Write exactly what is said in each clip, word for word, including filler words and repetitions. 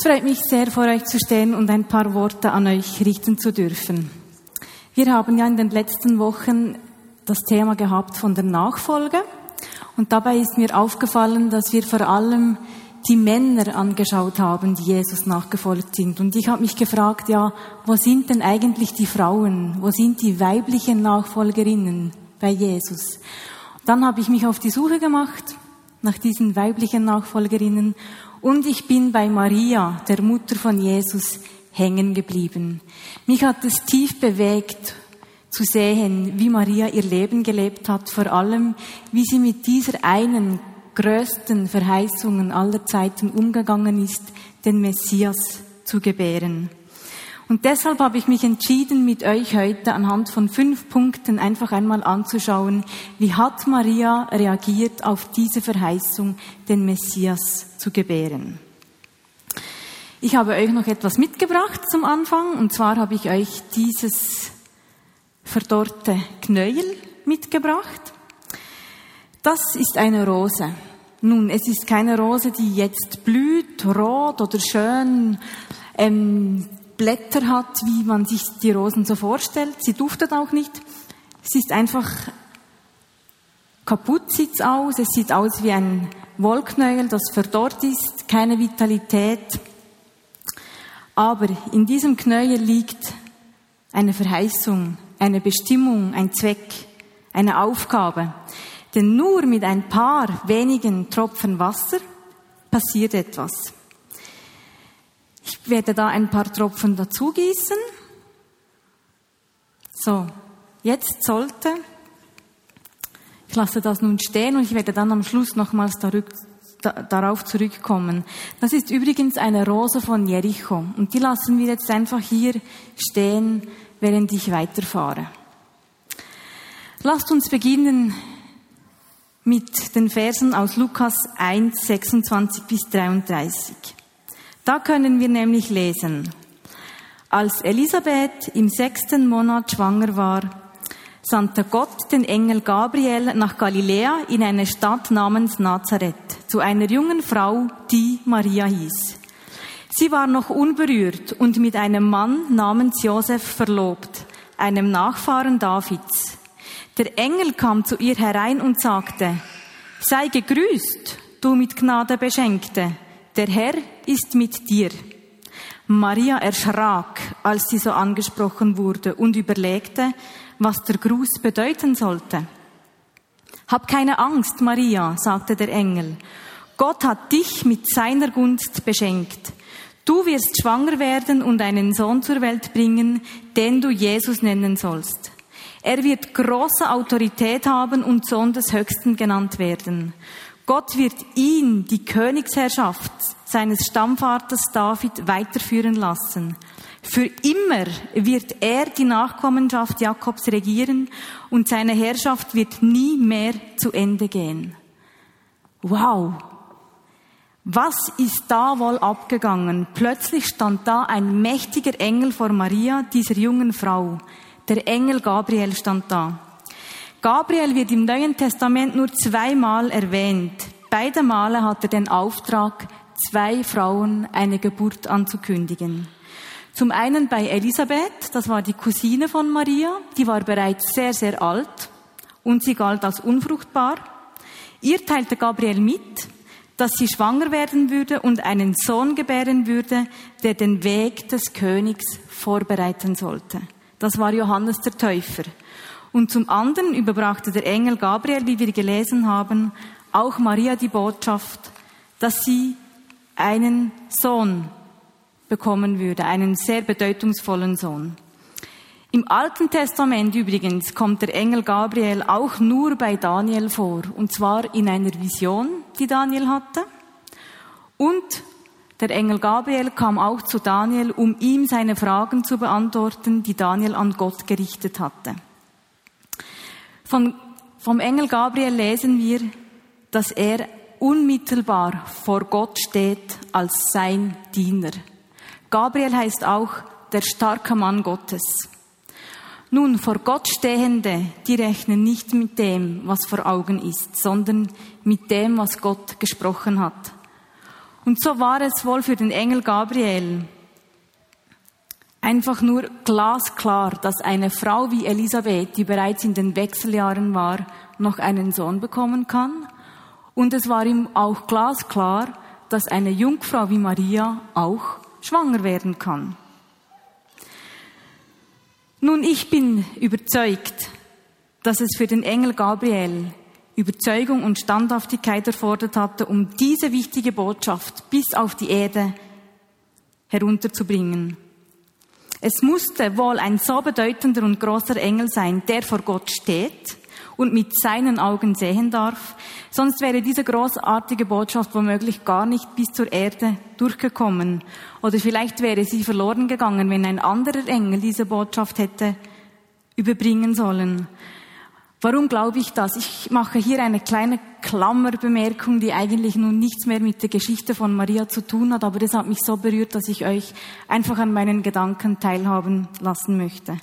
freut mich sehr, vor euch zu stehen und ein paar Worte an euch richten zu dürfen. Wir haben ja in den letzten Wochen das Thema gehabt von der Nachfolge. Und dabei ist mir aufgefallen, dass wir vor allem die Männer angeschaut haben, die Jesus nachgefolgt sind. Und ich habe mich gefragt, ja, wo sind denn eigentlich die Frauen? Wo sind die weiblichen Nachfolgerinnen bei Jesus? Dann habe ich mich auf die Suche gemacht nach diesen weiblichen Nachfolgerinnen und ich bin bei Maria, der Mutter von Jesus, hängen geblieben. Mich hat es tief bewegt zu sehen, wie Maria ihr Leben gelebt hat, vor allem, wie sie mit dieser einen größten Verheißungen aller Zeiten umgegangen ist, den Messias zu gebären. Und deshalb habe ich mich entschieden, mit euch heute anhand von fünf Punkten einfach einmal anzuschauen, wie hat Maria reagiert auf diese Verheißung, den Messias zu gebären. Ich habe euch noch etwas mitgebracht zum Anfang, und zwar habe ich euch dieses verdorrte Knäuel mitgebracht. Das ist eine Rose. Nun, es ist keine Rose, die jetzt blüht, rot oder schön ähm, Blätter hat, wie man sich die Rosen so vorstellt. Sie duftet auch nicht. Es ist einfach kaputt, sieht's aus. Es sieht aus wie ein Wollknäuel, das verdorrt ist, keine Vitalität. Aber in diesem Knäuel liegt eine Verheißung, eine Bestimmung, ein Zweck, eine Aufgabe. Denn nur mit ein paar wenigen Tropfen Wasser passiert etwas. Ich werde da ein paar Tropfen dazu gießen. So, jetzt sollte, ich lasse das nun stehen und ich werde dann am Schluss nochmals darauf zurückkommen. Das ist übrigens eine Rose von Jericho und die lassen wir jetzt einfach hier stehen, während ich weiterfahre. Lasst uns beginnen mit den Versen aus Lukas eins, sechsundzwanzig bis dreiunddreißig. Da können wir nämlich lesen: Als Elisabeth im sechsten Monat schwanger war, sandte Gott den Engel Gabriel nach Galiläa in eine Stadt namens Nazareth, zu einer jungen Frau, die Maria hieß. Sie war noch unberührt und mit einem Mann namens Josef verlobt, einem Nachfahren Davids. Der Engel kam zu ihr herein und sagte: Sei gegrüßt, du mit Gnade Beschenkte, der Herr ist mit dir. Maria erschrak, als sie so angesprochen wurde und überlegte, was der Gruß bedeuten sollte. Hab keine Angst, Maria, sagte der Engel. Gott hat dich mit seiner Gunst beschenkt. Du wirst schwanger werden und einen Sohn zur Welt bringen, den du Jesus nennen sollst. Er wird große Autorität haben und Sohn des Höchsten genannt werden. Gott wird ihn, die Königsherrschaft seines Stammvaters David, weiterführen lassen. Für immer wird er die Nachkommenschaft Jakobs regieren und seine Herrschaft wird nie mehr zu Ende gehen. Wow! Was ist da wohl abgegangen? Plötzlich stand da ein mächtiger Engel vor Maria, dieser jungen Frau. Der Engel Gabriel stand da. Gabriel wird im Neuen Testament nur zweimal erwähnt. Beide Male hat er den Auftrag, zwei Frauen eine Geburt anzukündigen. Zum einen bei Elisabeth, das war die Cousine von Maria, die war bereits sehr, sehr alt und sie galt als unfruchtbar. Ihr teilte Gabriel mit, dass sie schwanger werden würde und einen Sohn gebären würde, der den Weg des Königs vorbereiten sollte. Das war Johannes der Täufer. Und zum anderen überbrachte der Engel Gabriel, wie wir gelesen haben, auch Maria die Botschaft, dass sie einen Sohn bekommen würde, einen sehr bedeutungsvollen Sohn. Im Alten Testament übrigens kommt der Engel Gabriel auch nur bei Daniel vor, und zwar in einer Vision, die Daniel hatte. Und der Engel Gabriel kam auch zu Daniel, um ihm seine Fragen zu beantworten, die Daniel an Gott gerichtet hatte. Von, vom Engel Gabriel lesen wir, dass er unmittelbar vor Gott steht als sein Diener. Gabriel heißt auch der starke Mann Gottes. Nun, vor Gott Stehende, die rechnen nicht mit dem, was vor Augen ist, sondern mit dem, was Gott gesprochen hat. Und so war es wohl für den Engel Gabriel einfach nur glasklar, dass eine Frau wie Elisabeth, die bereits in den Wechseljahren war, noch einen Sohn bekommen kann. Und es war ihm auch glasklar, dass eine Jungfrau wie Maria auch schwanger werden kann. Nun, ich bin überzeugt, dass es für den Engel Gabriel Überzeugung und Standhaftigkeit erfordert hatte, um diese wichtige Botschaft bis auf die Erde herunterzubringen. Es musste wohl ein so bedeutender und großer Engel sein, der vor Gott steht und mit seinen Augen sehen darf. Sonst wäre diese großartige Botschaft womöglich gar nicht bis zur Erde durchgekommen. Oder vielleicht wäre sie verloren gegangen, wenn ein anderer Engel diese Botschaft hätte überbringen sollen. Warum glaube ich das? Ich mache hier eine kleine Klammerbemerkung, die eigentlich nun nichts mehr mit der Geschichte von Maria zu tun hat, aber das hat mich so berührt, dass ich euch einfach an meinen Gedanken teilhaben lassen möchte.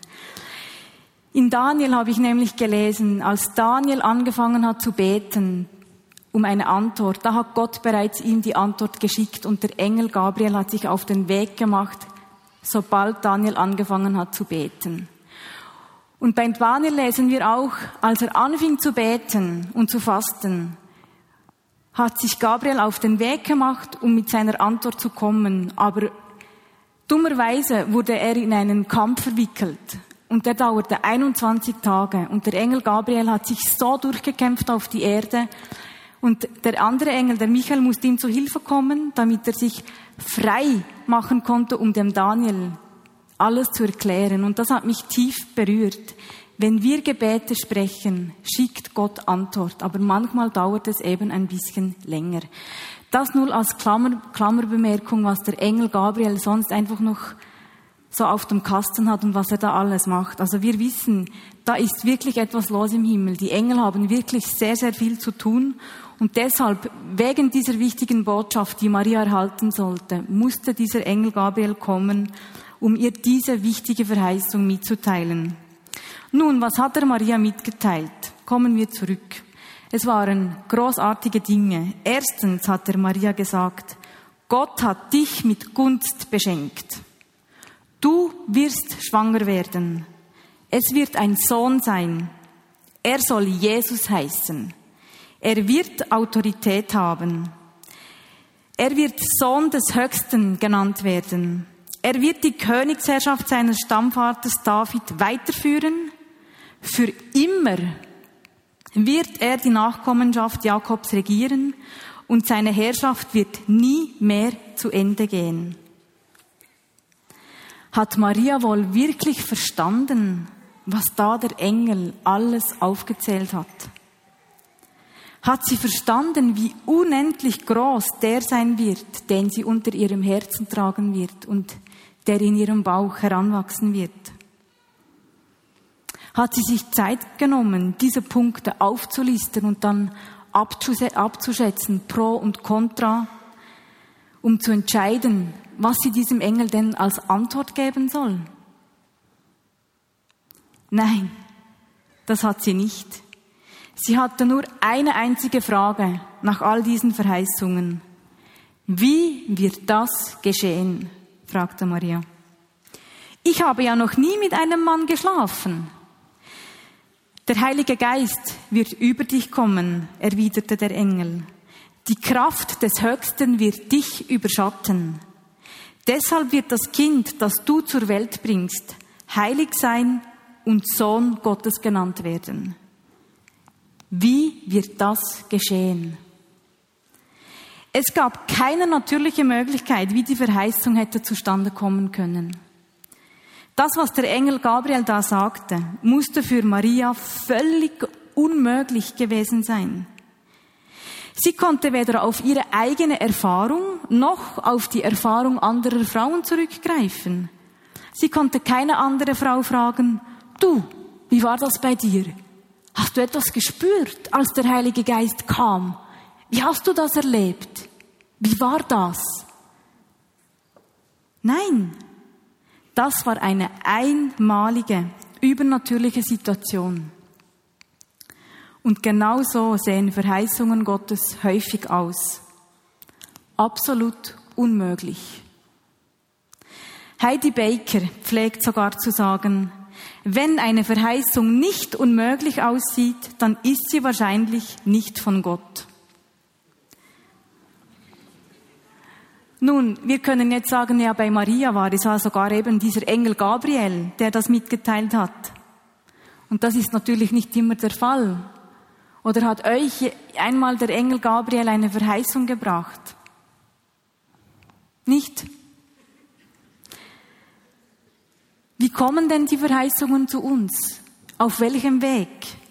In Daniel habe ich nämlich gelesen, als Daniel angefangen hat zu beten um eine Antwort, da hat Gott bereits ihm die Antwort geschickt und der Engel Gabriel hat sich auf den Weg gemacht, sobald Daniel angefangen hat zu beten. Und bei Daniel lesen wir auch, als er anfing zu beten und zu fasten, hat sich Gabriel auf den Weg gemacht, um mit seiner Antwort zu kommen. Aber dummerweise wurde er in einen Kampf verwickelt. Und der dauerte einundzwanzig Tage. Und der Engel Gabriel hat sich so durchgekämpft auf die Erde. Und der andere Engel, der Michael, musste ihm zu Hilfe kommen, damit er sich frei machen konnte, um dem Daniel alles zu erklären. Und das hat mich tief berührt. Wenn wir Gebete sprechen, schickt Gott Antwort. Aber manchmal dauert es eben ein bisschen länger. Das nur als Klammer, Klammerbemerkung, was der Engel Gabriel sonst einfach noch so auf dem Kasten hat und was er da alles macht. Also wir wissen, da ist wirklich etwas los im Himmel. Die Engel haben wirklich sehr, sehr viel zu tun. Und deshalb, wegen dieser wichtigen Botschaft, die Maria erhalten sollte, musste dieser Engel Gabriel kommen, um ihr diese wichtige Verheißung mitzuteilen. Nun, was hat er Maria mitgeteilt? Kommen wir zurück. Es waren großartige Dinge. Erstens hat er Maria gesagt, Gott hat dich mit Gunst beschenkt. Du wirst schwanger werden. Es wird ein Sohn sein. Er soll Jesus heißen. Er wird Autorität haben. Er wird Sohn des Höchsten genannt werden. Er wird die Königsherrschaft seines Stammvaters David weiterführen. Für immer wird er die Nachkommenschaft Jakobs regieren und seine Herrschaft wird nie mehr zu Ende gehen. Hat Maria wohl wirklich verstanden, was da der Engel alles aufgezählt hat? Hat sie verstanden, wie unendlich groß der sein wird, den sie unter ihrem Herzen tragen wird und der in ihrem Bauch heranwachsen wird? Hat sie sich Zeit genommen, diese Punkte aufzulisten und dann abzuschätzen, pro und contra, um zu entscheiden, was sie diesem Engel denn als Antwort geben soll? Nein, das hat sie nicht. Sie hatte nur eine einzige Frage nach all diesen Verheißungen. Wie wird das geschehen? Fragte Maria. Ich habe ja noch nie mit einem Mann geschlafen. Der Heilige Geist wird über dich kommen, erwiderte der Engel. Die Kraft des Höchsten wird dich überschatten. Deshalb wird das Kind, das du zur Welt bringst, heilig sein und Sohn Gottes genannt werden. Wie wird das geschehen? Es gab keine natürliche Möglichkeit, wie die Verheißung hätte zustande kommen können. Das, was der Engel Gabriel da sagte, musste für Maria völlig unmöglich gewesen sein. Sie konnte weder auf ihre eigene Erfahrung noch auf die Erfahrung anderer Frauen zurückgreifen. Sie konnte keine andere Frau fragen, du, wie war das bei dir? Hast du etwas gespürt, als der Heilige Geist kam? Wie hast du das erlebt? Wie war das? Nein, das war eine einmalige, übernatürliche Situation. Und genau so sehen Verheißungen Gottes häufig aus. absolut unmöglich. Heidi Baker pflegt sogar zu sagen, wenn eine Verheißung nicht unmöglich aussieht, dann ist sie wahrscheinlich nicht von Gott. Nun, wir können jetzt sagen, ja, bei Maria war es sogar eben dieser Engel Gabriel, der das mitgeteilt hat. Und das ist natürlich nicht immer der Fall. Oder hat euch einmal der Engel Gabriel eine Verheißung gebracht? Nicht? Wie kommen denn die Verheißungen zu uns? Auf welchem Weg?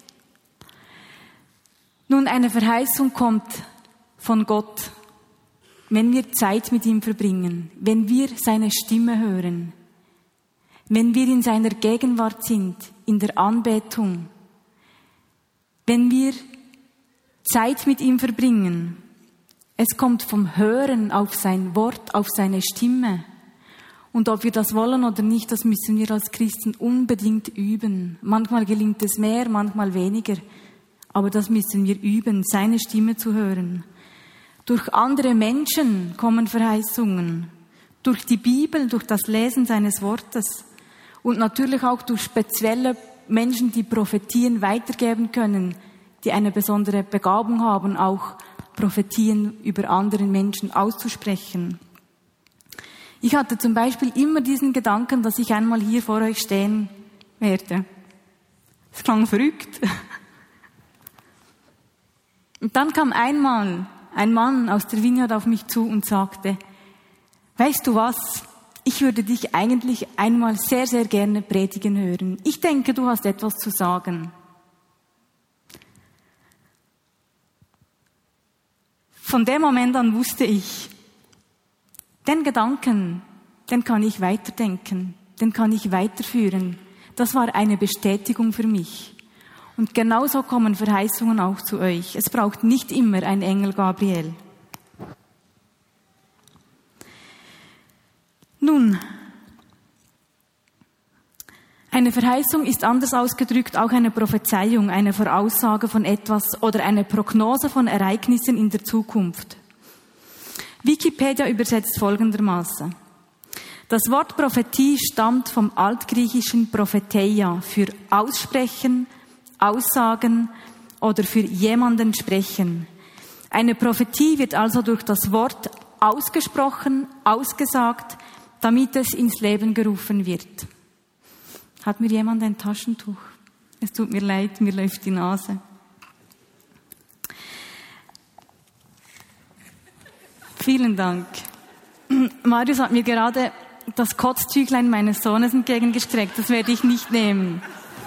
Nun, eine Verheißung kommt von Gott, wenn wir Zeit mit ihm verbringen, wenn wir seine Stimme hören, wenn wir in seiner Gegenwart sind, in der Anbetung, wenn wir Zeit mit ihm verbringen. Es kommt vom Hören auf sein Wort, auf seine Stimme. Und ob wir das wollen oder nicht, das müssen wir als Christen unbedingt üben. Manchmal gelingt es mehr, manchmal weniger. Aber das müssen wir üben, seine Stimme zu hören. Durch andere Menschen kommen Verheißungen. Durch die Bibel, durch das Lesen seines Wortes. Und natürlich auch durch spezielle Menschen, die Prophetien weitergeben können, die eine besondere Begabung haben, auch Prophetien über andere Menschen auszusprechen. Ich hatte zum Beispiel immer diesen Gedanken, dass ich einmal hier vor euch stehen werde. Es klang verrückt. Und dann kam einmal ein Mann aus der Vineyard auf mich zu und sagte, weißt du was, ich würde dich eigentlich einmal sehr, sehr gerne predigen hören. Ich denke, du hast etwas zu sagen. Von dem Moment an wusste ich, den Gedanken, den kann ich weiterdenken, den kann ich weiterführen. Das war eine Bestätigung für mich. Und genauso kommen Verheißungen auch zu euch. Es braucht nicht immer ein Engel Gabriel. Nun, eine Verheißung ist anders ausgedrückt auch eine Prophezeiung, eine Voraussage von etwas oder eine Prognose von Ereignissen in der Zukunft. Wikipedia übersetzt folgendermaßen. Das Wort Prophetie stammt vom altgriechischen Propheteia für Aussprechen, Aussagen oder für jemanden sprechen. Eine Prophetie wird also durch das Wort ausgesprochen, ausgesagt, damit es ins Leben gerufen wird. Hat mir jemand ein Taschentuch? Es tut mir leid, mir läuft die Nase. Vielen Dank. Marius hat mir gerade das Kotztüchlein meines Sohnes entgegengestreckt. Das werde ich nicht nehmen.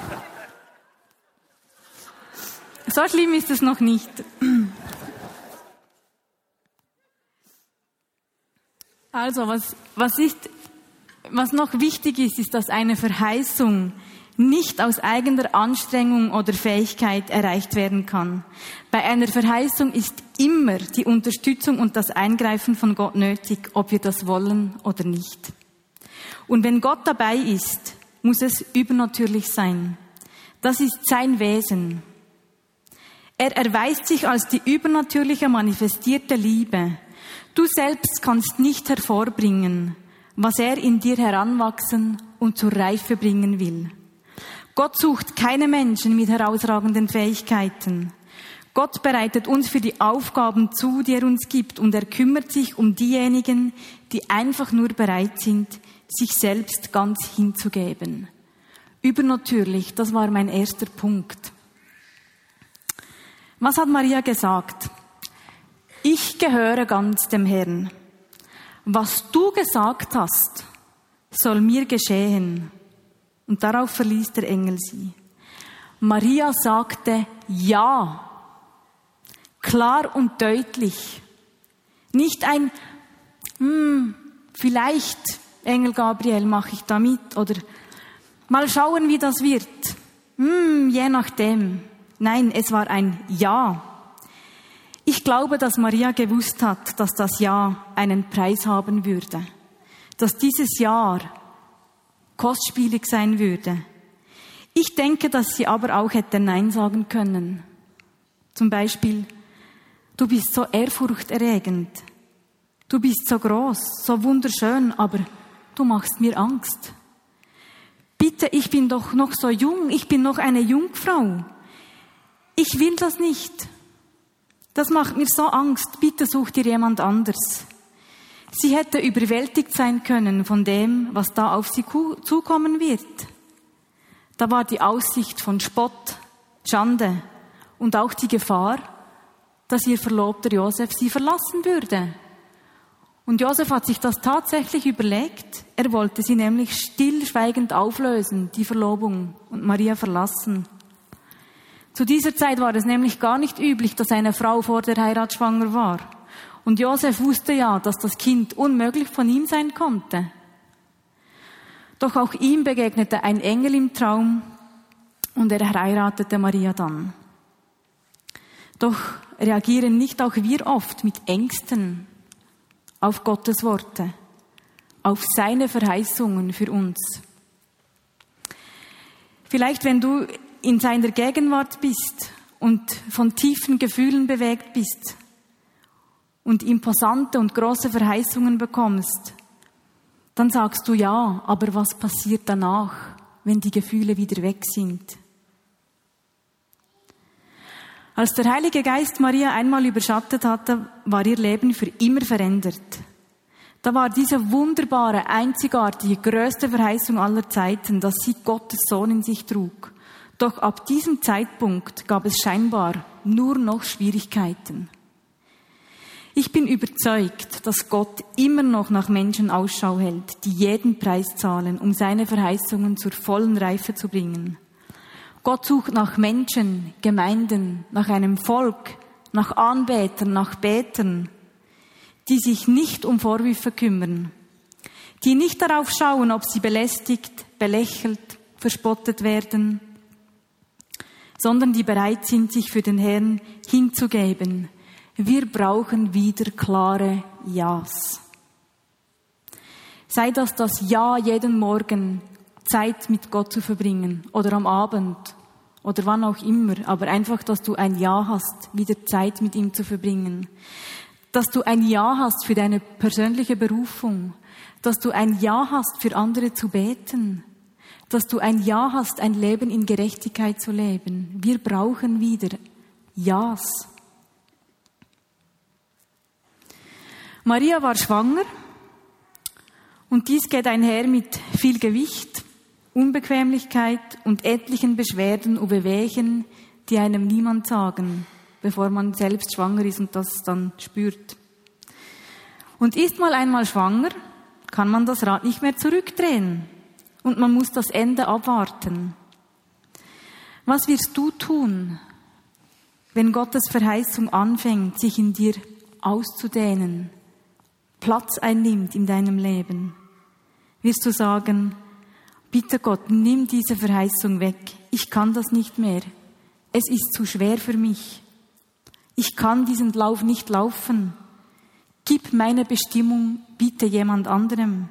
So schlimm ist es noch nicht. Also, was, was ist, was noch wichtig ist, ist, dass eine Verheißung nicht aus eigener Anstrengung oder Fähigkeit erreicht werden kann. Bei einer Verheißung ist immer die Unterstützung und das Eingreifen von Gott nötig, ob wir das wollen oder nicht. Und wenn Gott dabei ist, muss es übernatürlich sein. Das ist sein Wesen. Er erweist sich als die übernatürliche manifestierte Liebe. Du selbst kannst nicht hervorbringen, was er in dir heranwachsen und zur Reife bringen will. Gott sucht keine Menschen mit herausragenden Fähigkeiten. Gott bereitet uns für die Aufgaben zu, die er uns gibt, und er kümmert sich um diejenigen, die einfach nur bereit sind, sich selbst ganz hinzugeben. Übernatürlich, das war mein erster Punkt. Was hat Maria gesagt? Ich gehöre ganz dem Herrn. Was du gesagt hast, soll mir geschehen. Und darauf verließ der Engel sie. Maria sagte ja. Klar und deutlich. Nicht ein, hm, vielleicht, Engel Gabriel, mache ich da mit. Oder mal schauen, wie das wird. Hm, je nachdem. Nein, es war ein Ja. Ich glaube, dass Maria gewusst hat, dass das Ja einen Preis haben würde. Dass dieses Jahr kostspielig sein würde. Ich denke, dass sie aber auch hätte Nein sagen können. Zum Beispiel, du bist so ehrfurchterregend. Du bist so groß, so wunderschön, aber du machst mir Angst. Bitte, ich bin doch noch so jung, ich bin noch eine Jungfrau. Ich will das nicht. Das macht mir so Angst, bitte such dir jemand anders. Sie hätte überwältigt sein können von dem, was da auf sie zukommen wird. Da war die Aussicht von Spott, Schande und auch die Gefahr, dass ihr Verlobter Josef sie verlassen würde. Und Josef hat sich das tatsächlich überlegt. Er wollte sie nämlich stillschweigend auflösen, die Verlobung, und Maria verlassen. Zu dieser Zeit war es nämlich gar nicht üblich, dass eine Frau vor der Heirat schwanger war. Und Josef wusste ja, dass das Kind unmöglich von ihm sein konnte. Doch auch ihm begegnete ein Engel im Traum und er heiratete Maria dann. Doch reagieren nicht auch wir oft mit Ängsten auf Gottes Worte, auf seine Verheißungen für uns? Vielleicht, wenn du in seiner Gegenwart bist und von tiefen Gefühlen bewegt bist und imposante und große Verheißungen bekommst, dann sagst du ja, aber was passiert danach, wenn die Gefühle wieder weg sind? Als der Heilige Geist Maria einmal überschattet hatte, war ihr Leben für immer verändert. Da war diese wunderbare, einzigartige, größte Verheißung aller Zeiten, dass sie Gottes Sohn in sich trug. Doch ab diesem Zeitpunkt gab es scheinbar nur noch Schwierigkeiten. Ich bin überzeugt, dass Gott immer noch nach Menschen Ausschau hält, die jeden Preis zahlen, um seine Verheißungen zur vollen Reife zu bringen. Gott sucht nach Menschen, Gemeinden, nach einem Volk, nach Anbetern, nach Betern, die sich nicht um Vorwürfe kümmern, die nicht darauf schauen, ob sie belästigt, belächelt, verspottet werden, sondern die bereit sind, sich für den Herrn hinzugeben. Wir brauchen wieder klare Ja's. Sei das das Ja jeden Morgen, Zeit mit Gott zu verbringen oder am Abend oder wann auch immer, aber einfach, dass du ein Ja hast, wieder Zeit mit ihm zu verbringen. Dass du ein Ja hast für deine persönliche Berufung, dass du ein Ja hast für andere zu beten, dass du ein Ja hast, ein Leben in Gerechtigkeit zu leben. Wir brauchen wieder Ja's. Maria war schwanger und dies geht einher mit viel Gewicht, Unbequemlichkeit und etlichen Beschwerden und Wehwehchen, die einem niemand sagen, bevor man selbst schwanger ist und das dann spürt. Und ist man einmal schwanger, kann man das Rad nicht mehr zurückdrehen und man muss das Ende abwarten. Was wirst du tun, wenn Gottes Verheißung anfängt, sich in dir auszudehnen, Platz einnimmt in deinem Leben? Wirst du sagen, bitte Gott, nimm diese Verheißung weg. Ich kann das nicht mehr. Es ist zu schwer für mich. Ich kann diesen Lauf nicht laufen. Gib meine Bestimmung bitte jemand anderem.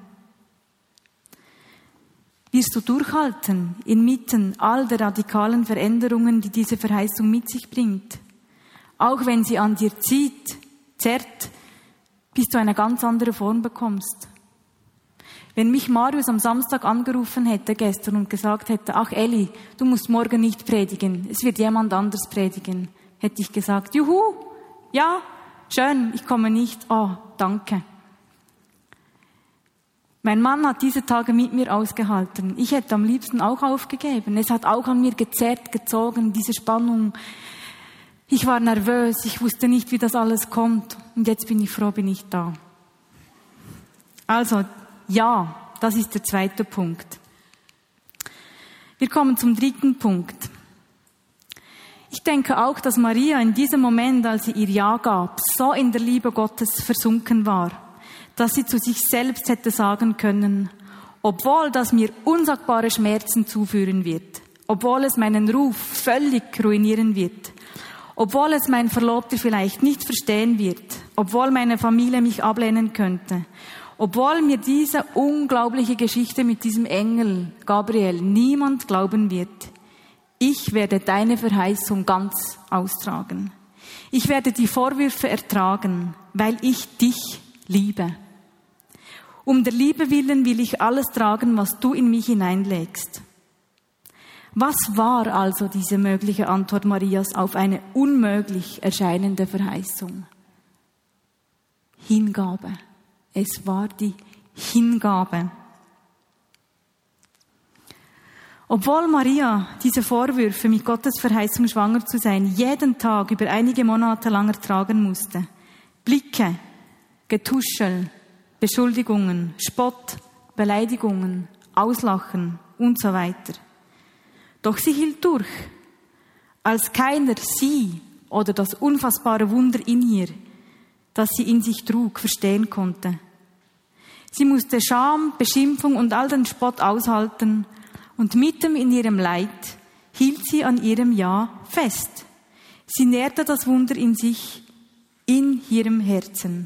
Wirst du durchhalten inmitten all der radikalen Veränderungen, die diese Verheißung mit sich bringt? Auch wenn sie an dir zieht, zerrt, bis du eine ganz andere Form bekommst. Wenn mich Marius am Samstag angerufen hätte gestern und gesagt hätte, ach Elli, du musst morgen nicht predigen, es wird jemand anders predigen, hätte ich gesagt, juhu, ja, schön, ich komme nicht, oh, danke. Mein Mann hat diese Tage mit mir ausgehalten. Ich hätte am liebsten auch aufgegeben. Es hat auch an mir gezerrt, gezogen, diese Spannung. Ich war nervös, ich wusste nicht, wie das alles kommt. Und jetzt bin ich froh, bin ich da. Also, ja, das ist der zweite Punkt. Wir kommen zum dritten Punkt. Ich denke auch, dass Maria in diesem Moment, als sie ihr Ja gab, so in der Liebe Gottes versunken war, dass sie zu sich selbst hätte sagen können, obwohl das mir unsagbare Schmerzen zuführen wird, obwohl es meinen Ruf völlig ruinieren wird, obwohl es mein Verlobter vielleicht nicht verstehen wird, obwohl meine Familie mich ablehnen könnte, obwohl mir diese unglaubliche Geschichte mit diesem Engel, Gabriel, niemand glauben wird, ich werde deine Verheißung ganz austragen. Ich werde die Vorwürfe ertragen, weil ich dich Liebe. Um der Liebe willen will ich alles tragen, was du in mich hineinlegst. Was war also diese mögliche Antwort Marias auf eine unmöglich erscheinende Verheißung? Hingabe. Es war die Hingabe. Obwohl Maria diese Vorwürfe, mit Gottes Verheißung schwanger zu sein, jeden Tag über einige Monate lang ertragen musste, Blicke, Getuschel, Beschuldigungen, Spott, Beleidigungen, Auslachen und so weiter. Doch sie hielt durch, als keiner sie oder das unfassbare Wunder in ihr, das sie in sich trug, verstehen konnte. Sie musste Scham, Beschimpfung und all den Spott aushalten und mitten in ihrem Leid hielt sie an ihrem Ja fest. Sie nährte das Wunder in sich, in ihrem Herzen.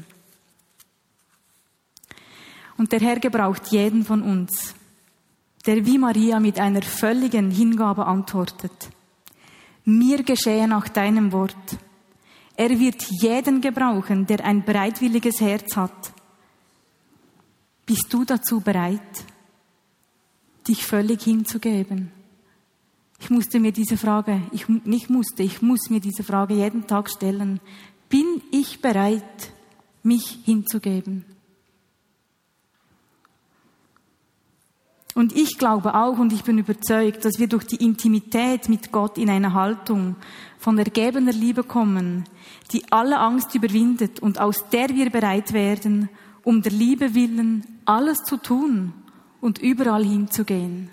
Und der Herr gebraucht jeden von uns, der wie Maria mit einer völligen Hingabe antwortet. Mir geschehe nach deinem Wort. Er wird jeden gebrauchen, der ein bereitwilliges Herz hat. Bist du dazu bereit, dich völlig hinzugeben? Ich musste mir diese Frage, ich nicht musste, ich muss mir diese Frage jeden Tag stellen. Bin ich bereit, mich hinzugeben? Und ich glaube auch und ich bin überzeugt, dass wir durch die Intimität mit Gott in eine Haltung von ergebener Liebe kommen, die alle Angst überwindet und aus der wir bereit werden, um der Liebe willen alles zu tun und überall hinzugehen.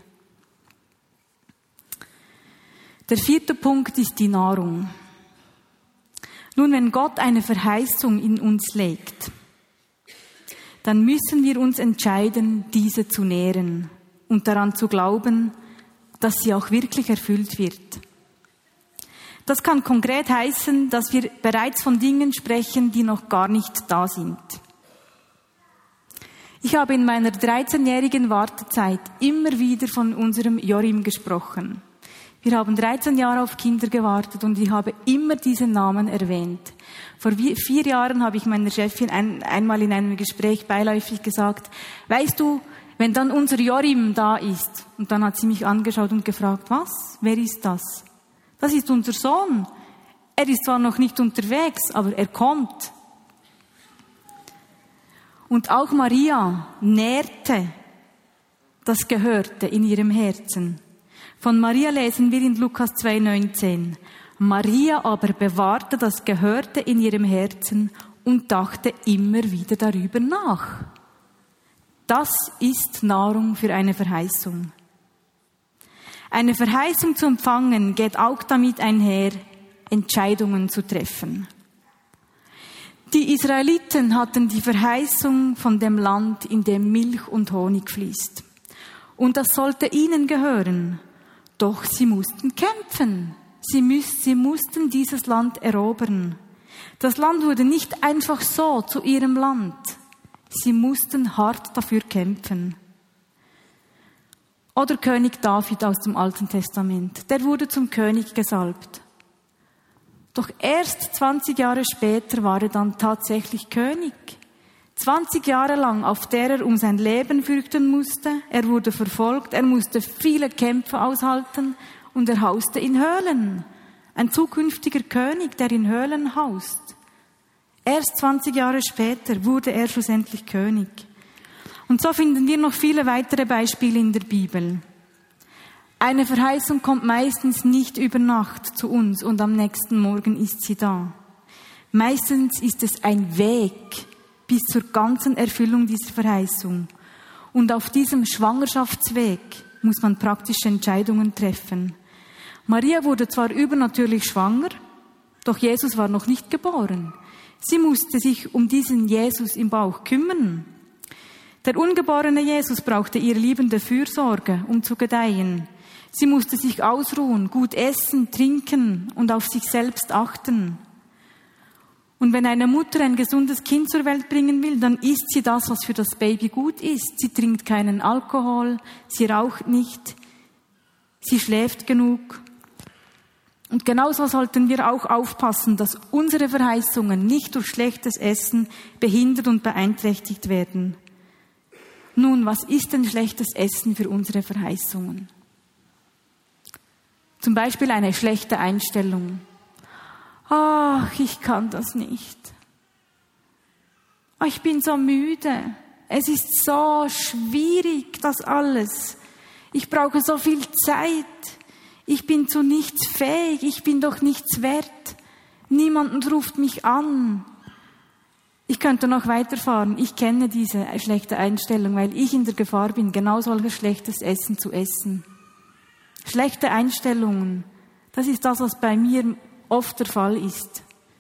Der vierte Punkt ist die Nahrung. Nun, wenn Gott eine Verheißung in uns legt, dann müssen wir uns entscheiden, diese zu nähren und daran zu glauben, dass sie auch wirklich erfüllt wird. Das kann konkret heißen, dass wir bereits von Dingen sprechen, die noch gar nicht da sind. Ich habe in meiner dreizehnjährigen Wartezeit immer wieder von unserem Jorim gesprochen. Wir haben dreizehn Jahre auf Kinder gewartet und ich habe immer diesen Namen erwähnt. Vor vier Jahren habe ich meiner Chefin ein, einmal in einem Gespräch beiläufig gesagt, weißt du, wenn dann unser Jorim da ist, und dann hat sie mich angeschaut und gefragt, was? Wer ist das? Das ist unser Sohn. Er ist zwar noch nicht unterwegs, aber er kommt. Und auch Maria nährte das Gehörte in ihrem Herzen. Von Maria lesen wir in Lukas zwei neunzehn. Maria aber bewahrte das Gehörte in ihrem Herzen und dachte immer wieder darüber nach. Das ist Nahrung für eine Verheißung. Eine Verheißung zu empfangen geht auch damit einher, Entscheidungen zu treffen. Die Israeliten hatten die Verheißung von dem Land, in dem Milch und Honig fließt. Und das sollte ihnen gehören. Doch sie mussten kämpfen. Sie, müß, sie mussten dieses Land erobern. Das Land wurde nicht einfach so zu ihrem Land. Sie mussten hart dafür kämpfen. Oder König David aus dem Alten Testament. Der wurde zum König gesalbt. Doch erst zwanzig Jahre später war er dann tatsächlich König. zwanzig Jahre lang, auf der er um sein Leben fürchten musste. Er wurde verfolgt, er musste viele Kämpfe aushalten und er hauste in Höhlen. Ein zukünftiger König, der in Höhlen haust. Erst zwanzig Jahre später wurde er schlussendlich König. Und so finden wir noch viele weitere Beispiele in der Bibel. Eine Verheißung kommt meistens nicht über Nacht zu uns und am nächsten Morgen ist sie da. Meistens ist es ein Weg bis zur ganzen Erfüllung dieser Verheißung. Und auf diesem Schwangerschaftsweg muss man praktische Entscheidungen treffen. Maria wurde zwar übernatürlich schwanger, doch Jesus war noch nicht geboren. Sie musste sich um diesen Jesus im Bauch kümmern. Der ungeborene Jesus brauchte ihre liebende Fürsorge, um zu gedeihen. Sie musste sich ausruhen, gut essen, trinken und auf sich selbst achten. Und wenn eine Mutter ein gesundes Kind zur Welt bringen will, dann isst sie das, was für das Baby gut ist. Sie trinkt keinen Alkohol, sie raucht nicht, sie schläft genug. Und genauso sollten wir auch aufpassen, dass unsere Verheißungen nicht durch schlechtes Essen behindert und beeinträchtigt werden. Nun, was ist denn schlechtes Essen für unsere Verheißungen? Zum Beispiel eine schlechte Einstellung. Ach, ich kann das nicht. Ich bin so müde. Es ist so schwierig, das alles. Ich brauche so viel Zeit. Ich bin zu nichts fähig. Ich bin doch nichts wert. Niemand ruft mich an. Ich könnte noch weiterfahren. Ich kenne diese schlechte Einstellung, weil ich in der Gefahr bin, genau solches schlechtes Essen zu essen. Schlechte Einstellungen, das ist das, was bei mir oft der Fall ist.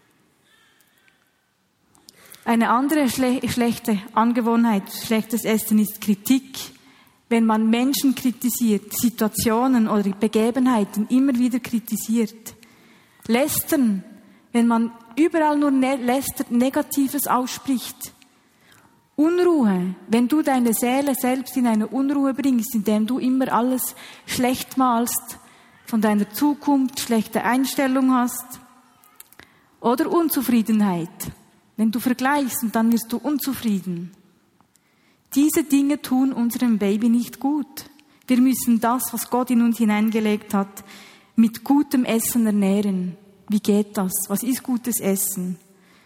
Eine andere schle- schlechte Angewohnheit, schlechtes Essen ist Kritik. Wenn man Menschen kritisiert, Situationen oder Begebenheiten immer wieder kritisiert. Lästern, wenn man überall nur ne- lästert, Negatives ausspricht. Unruhe, wenn du deine Seele selbst in eine Unruhe bringst, indem du immer alles schlecht malst, von deiner Zukunft schlechte Einstellung hast. Oder Unzufriedenheit, wenn du vergleichst und dann wirst du unzufrieden. Diese Dinge tun unserem Baby nicht gut. Wir müssen das, was Gott in uns hineingelegt hat, mit gutem Essen ernähren. Wie geht das? Was ist gutes Essen?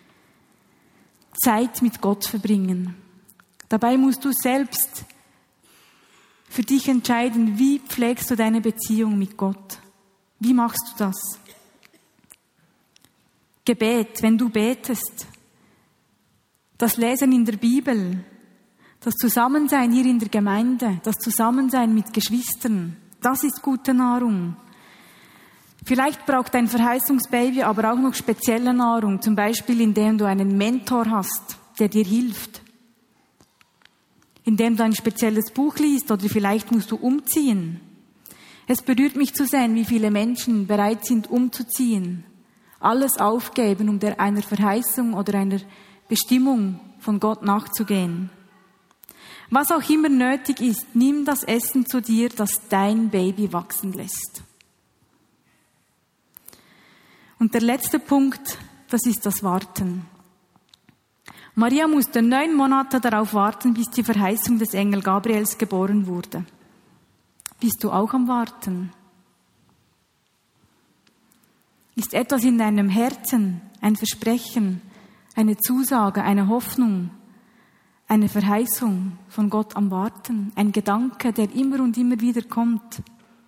Zeit mit Gott verbringen. Dabei musst du selbst für dich entscheiden, wie pflegst du deine Beziehung mit Gott? Wie machst du das? Gebet, wenn du betest, das Lesen in der Bibel, das Zusammensein hier in der Gemeinde, das Zusammensein mit Geschwistern, das ist gute Nahrung. Vielleicht braucht dein Verheißungsbaby aber auch noch spezielle Nahrung, zum Beispiel indem du einen Mentor hast, der dir hilft. Indem du ein spezielles Buch liest oder vielleicht musst du umziehen. Es berührt mich zu sehen, wie viele Menschen bereit sind, umzuziehen, alles aufgeben, um der einer Verheißung oder einer Bestimmung von Gott nachzugehen. Was auch immer nötig ist, nimm das Essen zu dir, das dein Baby wachsen lässt. Und der letzte Punkt, das ist das Warten. Maria musste neun Monate darauf warten, bis die Verheißung des Engel Gabriels geboren wurde. Bist du auch am Warten? Ist etwas in deinem Herzen, ein Versprechen, eine Zusage, eine Hoffnung, eine Verheißung von Gott am Warten, ein Gedanke, der immer und immer wieder kommt?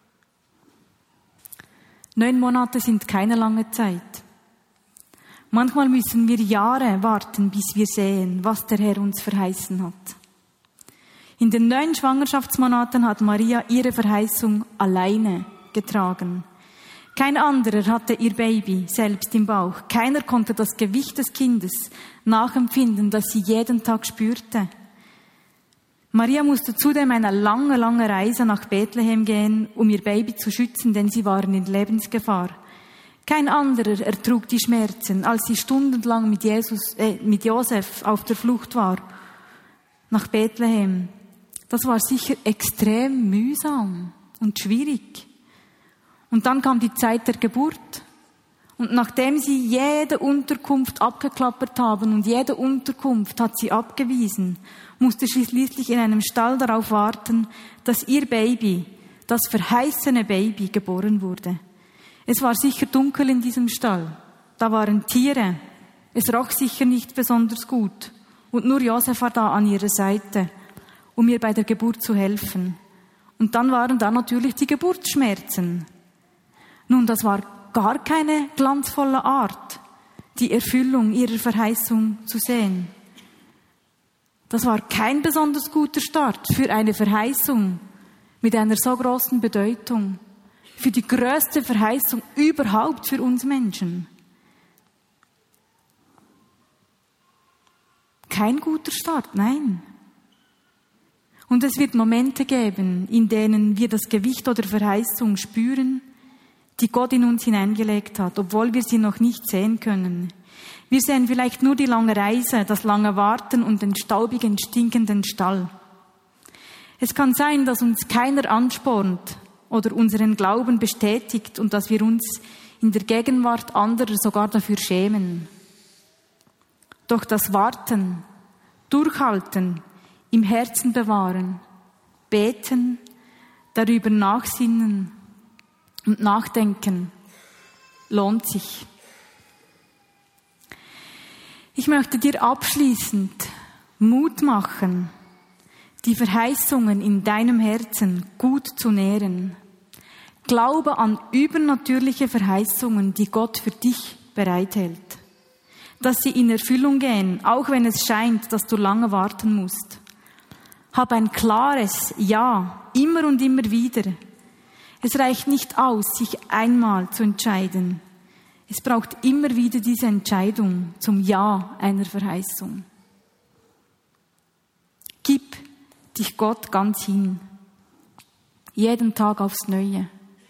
Neun Monate sind keine lange Zeit. Manchmal müssen wir Jahre warten, bis wir sehen, was der Herr uns verheißen hat. In den neun Schwangerschaftsmonaten hat Maria ihre Verheißung alleine getragen. Kein anderer hatte ihr Baby selbst im Bauch. Keiner konnte das Gewicht des Kindes nachempfinden, das sie jeden Tag spürte. Maria musste zudem eine lange, lange Reise nach Bethlehem gehen, um ihr Baby zu schützen, denn sie waren in Lebensgefahr. Kein anderer ertrug die Schmerzen, als sie stundenlang mit Jesus, äh, mit Josef auf der Flucht war, nach Bethlehem. Das war sicher extrem mühsam und schwierig. Und dann kam die Zeit der Geburt. Und nachdem sie jede Unterkunft abgeklappert haben und jede Unterkunft hat sie abgewiesen, musste sie schließlich in einem Stall darauf warten, dass ihr Baby, das verheißene Baby, geboren wurde. Es war sicher dunkel in diesem Stall. Da waren Tiere. Es roch sicher nicht besonders gut. Und nur Josef war da an ihrer Seite, um ihr bei der Geburt zu helfen. Und dann waren da natürlich die Geburtsschmerzen. Nun, das war gar keine glanzvolle Art, die Erfüllung ihrer Verheißung zu sehen. Das war kein besonders guter Start für eine Verheißung mit einer so großen Bedeutung, für die größte Verheißung überhaupt für uns Menschen. Kein guter Start, nein. Und es wird Momente geben, in denen wir das Gewicht oder Verheißung spüren, die Gott in uns hineingelegt hat, obwohl wir sie noch nicht sehen können. Wir sehen vielleicht nur die lange Reise, das lange Warten und den staubigen, stinkenden Stall. Es kann sein, dass uns keiner anspornt oder unseren Glauben bestätigt und dass wir uns in der Gegenwart anderer sogar dafür schämen. Doch das Warten, Durchhalten, im Herzen bewahren, beten, darüber nachsinnen und nachdenken, lohnt sich. Ich möchte dir abschließend Mut machen, die Verheißungen in deinem Herzen gut zu nähren. Glaube an übernatürliche Verheißungen, die Gott für dich bereithält. Dass sie in Erfüllung gehen, auch wenn es scheint, dass du lange warten musst. Hab ein klares Ja, immer und immer wieder. Es reicht nicht aus, sich einmal zu entscheiden. Es braucht immer wieder diese Entscheidung zum Ja einer Verheißung. Gib dich Gott ganz hin. Jeden Tag aufs Neue.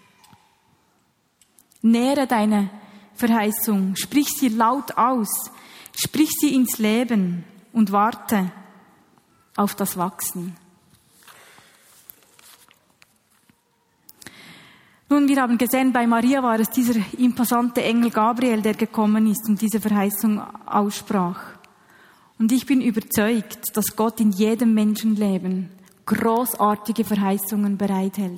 Nähre deine Verheißung, sprich sie laut aus, sprich sie ins Leben und warte auf das Wachsen. Nun, wir haben gesehen, bei Maria war es dieser imposante Engel Gabriel, der gekommen ist und diese Verheißung aussprach. Und ich bin überzeugt, dass Gott in jedem Menschenleben großartige Verheißungen bereithält.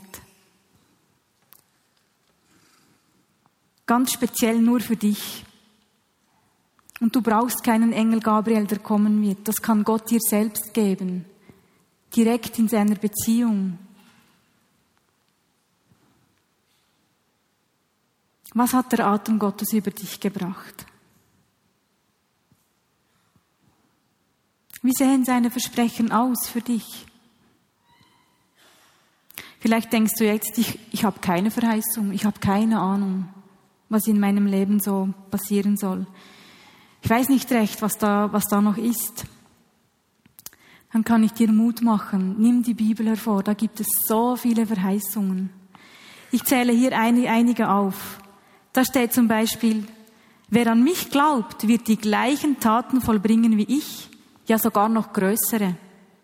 Ganz speziell nur für dich. Und du brauchst keinen Engel Gabriel, der kommen wird. Das kann Gott dir selbst geben. Direkt in seiner Beziehung. Was hat der Atem Gottes über dich gebracht? Wie sehen seine Versprechen aus für dich? Vielleicht denkst du jetzt, ich, ich habe keine Verheißung, ich habe keine Ahnung, was in meinem Leben so passieren soll. Ich weiß nicht recht, was da, was da noch ist. Dann kann ich dir Mut machen. Nimm die Bibel hervor, da gibt es so viele Verheißungen. Ich zähle hier einige auf. Da steht zum Beispiel, wer an mich glaubt, wird die gleichen Taten vollbringen wie ich, ja sogar noch größere.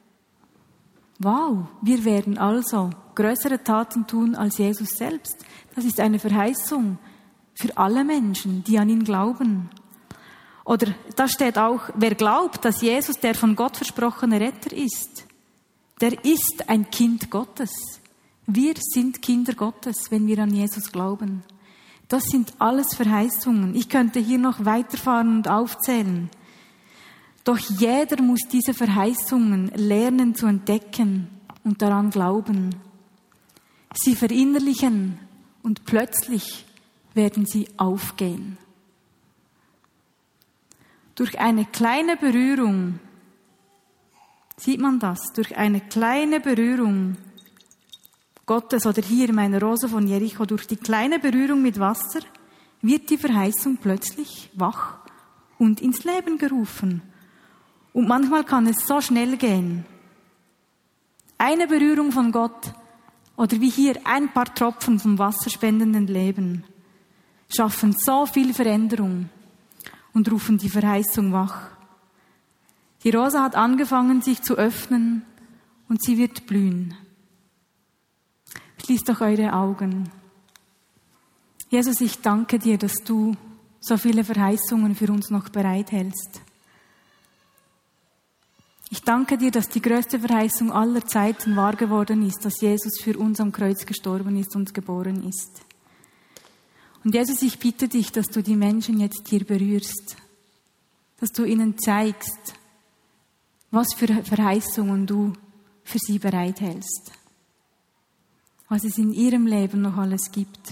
Wow, wir werden also größere Taten tun als Jesus selbst. Das ist eine Verheißung für alle Menschen, die an ihn glauben. Oder da steht auch, wer glaubt, dass Jesus der von Gott versprochene Retter ist, der ist ein Kind Gottes. Wir sind Kinder Gottes, wenn wir an Jesus glauben. Das sind alles Verheißungen. Ich könnte hier noch weiterfahren und aufzählen. Doch jeder muss diese Verheißungen lernen zu entdecken und daran glauben. Sie verinnerlichen und plötzlich werden sie aufgehen. Durch eine kleine Berührung, sieht man das, durch eine kleine Berührung Gottes oder hier in meiner Rose von Jericho, durch die kleine Berührung mit Wasser wird die Verheißung plötzlich wach und ins Leben gerufen. Und manchmal kann es so schnell gehen. Eine Berührung von Gott oder wie hier ein paar Tropfen vom wasserspendenden Leben schaffen so viel Veränderung und rufen die Verheißung wach. Die Rose hat angefangen, sich zu öffnen und sie wird blühen. Schließt doch eure Augen. Jesus, ich danke dir, dass du so viele Verheißungen für uns noch bereithältst. Ich danke dir, dass die größte Verheißung aller Zeiten wahr geworden ist, dass Jesus für uns am Kreuz gestorben ist und geboren ist. Und Jesus, ich bitte dich, dass du die Menschen jetzt hier berührst, dass du ihnen zeigst, was für Verheißungen du für sie bereithältst, was es in ihrem Leben noch alles gibt.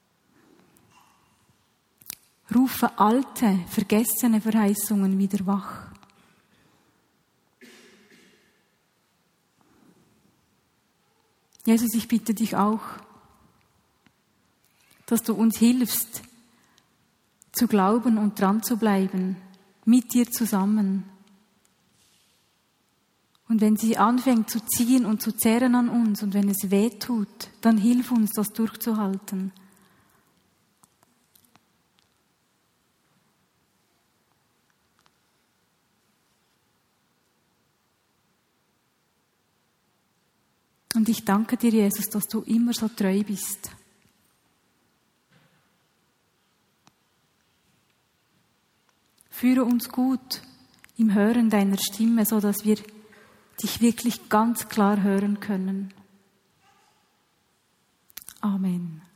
Rufe alte, vergessene Verheißungen wieder wach. Jesus, ich bitte dich auch, dass du uns hilfst, zu glauben und dran zu bleiben, mit dir zusammen. Und wenn sie anfängt zu ziehen und zu zehren an uns und wenn es weh tut, dann hilf uns, das durchzuhalten. Und ich danke dir, Jesus, dass du immer so treu bist. Führe uns gut im Hören deiner Stimme, so dass wir dich wirklich ganz klar hören können. Amen.